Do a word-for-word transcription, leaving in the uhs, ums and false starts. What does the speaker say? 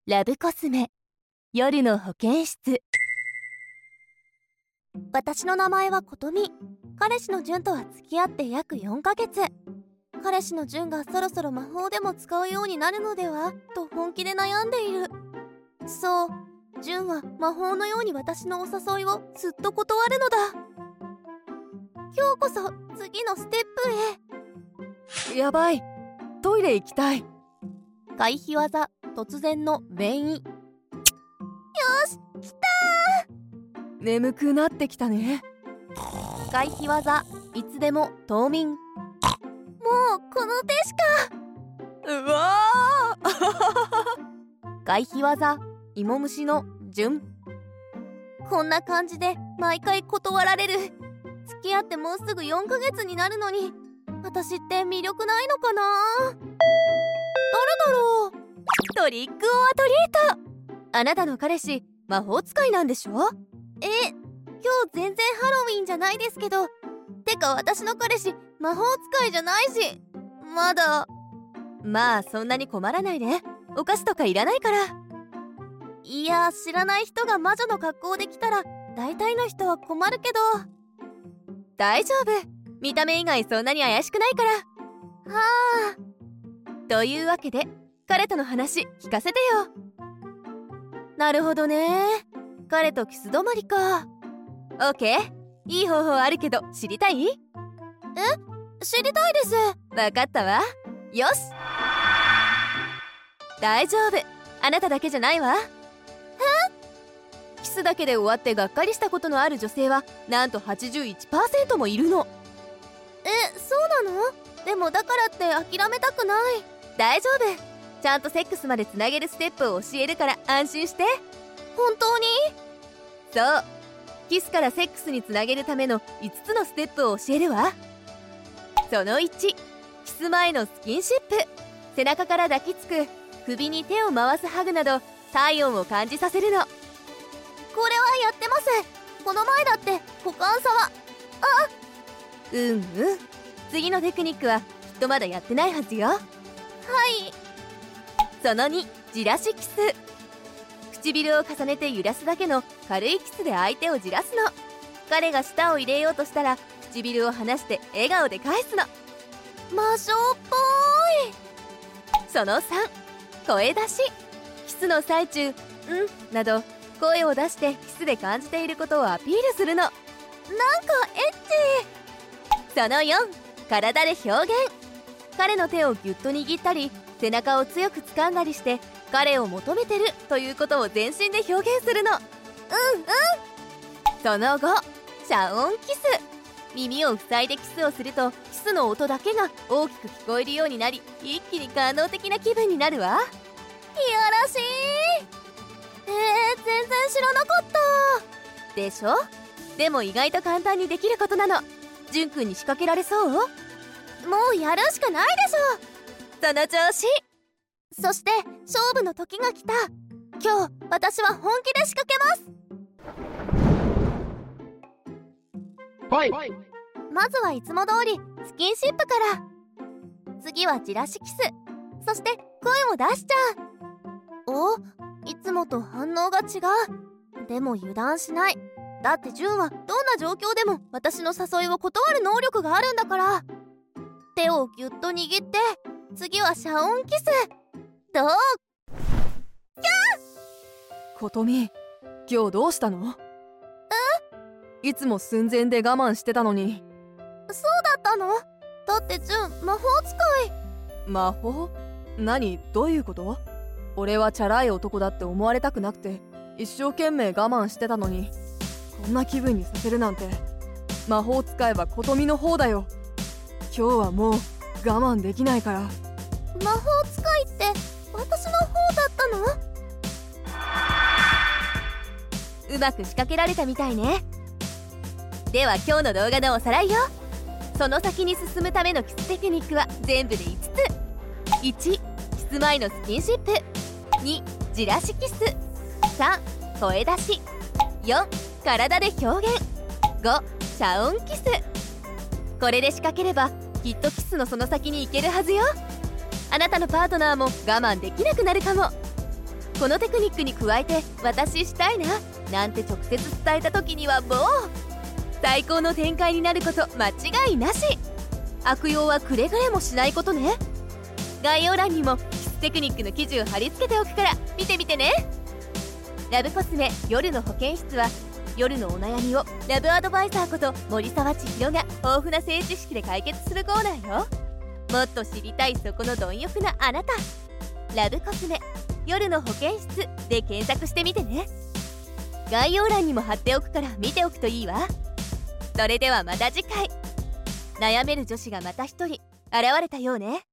ラブコスメ夜の保健室。私の名前はことみ。彼氏のジュンとは付き合って約よんかげつ。彼氏のジュンがそろそろ魔法でも使うようになるのではと本気で悩んでいる。そう、ジュンは魔法のように私のお誘いをすっと断るのだ。今日こそ次のステップへ。 やばい、トイレ行きたい。 回避技、突然の便意。よし、来たー。眠くなってきたね。 回避技、いつでも冬眠。もうこの手しか。 うわー回避技、芋虫の順。こんな感じで毎回断られる。付き合ってもうすぐよんかげつになるのに、私って魅力ないのかな。誰だろう。トリックオアトリート。あなたの彼氏魔法使いなんでしょ。え、今日全然ハロウィンじゃないですけど。てか私の彼氏魔法使いじゃないし、まだ。まあそんなに困らないで。お菓子とかいらないから。いや、知らない人が魔女の格好で来たら大体の人は困るけど。大丈夫、見た目以外そんなに怪しくないから。はあ。というわけで彼との話聞かせてよ。なるほどね、彼とキス止まりか。オッケー、いい方法あるけど知りたい？え、知りたいです。わかったわ。よし、大丈夫、あなただけじゃないわ。え？キスだけで終わってがっかりしたことのある女性はなんと はちじゅういちパーセント もいるの。え、そうなの？でもだからって諦めたくない。大丈夫、ちゃんとセックスまでつなげるステップを教えるから安心して。本当に？そう、キスからセックスにつなげるためのいつつのステップを教えるわ。そのいち、キス前のスキンシップ。背中から抱きつく、首に手を回すハグなど体温を感じさせるの。これはやってます。この前だって股間触。あ、うんうん、次のテクニックはきっとまだやってないはずよ。はい。そのに、じらしキス。唇を重ねて揺らすだけの軽いキスで相手をじらすの。彼が舌を入れようとしたら唇を離して笑顔で返すの。魔女っぽい。そのさん、声出し。キスの最中、うんなど声を出してキスで感じていることをアピールするの。なんかエッチ。そのよん、体で表現。彼の手をギュッと握ったり背中を強く掴んだりして彼を求めてるということを全身で表現するの。うんうん。そのご、遮音キス。耳を塞いでキスをするとキスの音だけが大きく聞こえるようになり、一気に感動的な気分になるわ。いやらしい。えー、全然知らなかったでしょ。でも意外と簡単にできることなの。ジュン君に仕掛けられそう？もうやるしかないでしょ。その調子。そして勝負の時が来た。今日私は本気で仕掛けます。 はい。 まずはいつも通りスキンシップから。次はじらしキス。そして声も出しちゃう。お、いつもと反応が違う。でも油断しない。だってジュンはどんな状況でも私の誘いを断る能力があるんだから。手をギュッと握って、次は遮音キス。どう？キャー！ ことみ、今日どうしたの？え？いつも寸前で我慢してたのに。 そうだったの？だってジュン魔法使い。 魔法？何？どういうこと？俺はチャラい男だって思われたくなくて一生懸命我慢してたのに、こんな気分にさせるなんて。魔法使えばことみの方だよ。今日はもう我慢できないから。 魔法使いって私の方だったの？うまく仕掛けられたみたいね。では今日の動画のおさらいよ。その先に進むためのキステクニックは全部でいつつ。いち、キス前のスキンシップ。に、じらしキス。さん、声出し。よん、体で表現。ご、遮音キス。これで仕掛ければきっとキスのその先に行けるはずよ。あなたのパートナーも我慢できなくなるかも。 このテクニックに加えて私したいななんて直接伝えた時にはもう最高の展開になること間違いなし。悪用はくれぐれもしないことね。概要欄にもキステクニックの記事を貼り付けておくから見てみてね。ラブコスメ夜の保健室は夜のお悩みをラブアドバイザーこと森沢千尋が豊富な性知識で解決するコーナーよ。もっと知りたいそこの貪欲なあなた、ラブコスメ夜の保健室で検索してみてね。概要欄にも貼っておくから見ておくといいわ。それではまた次回。悩める女子がまた一人現れたようね。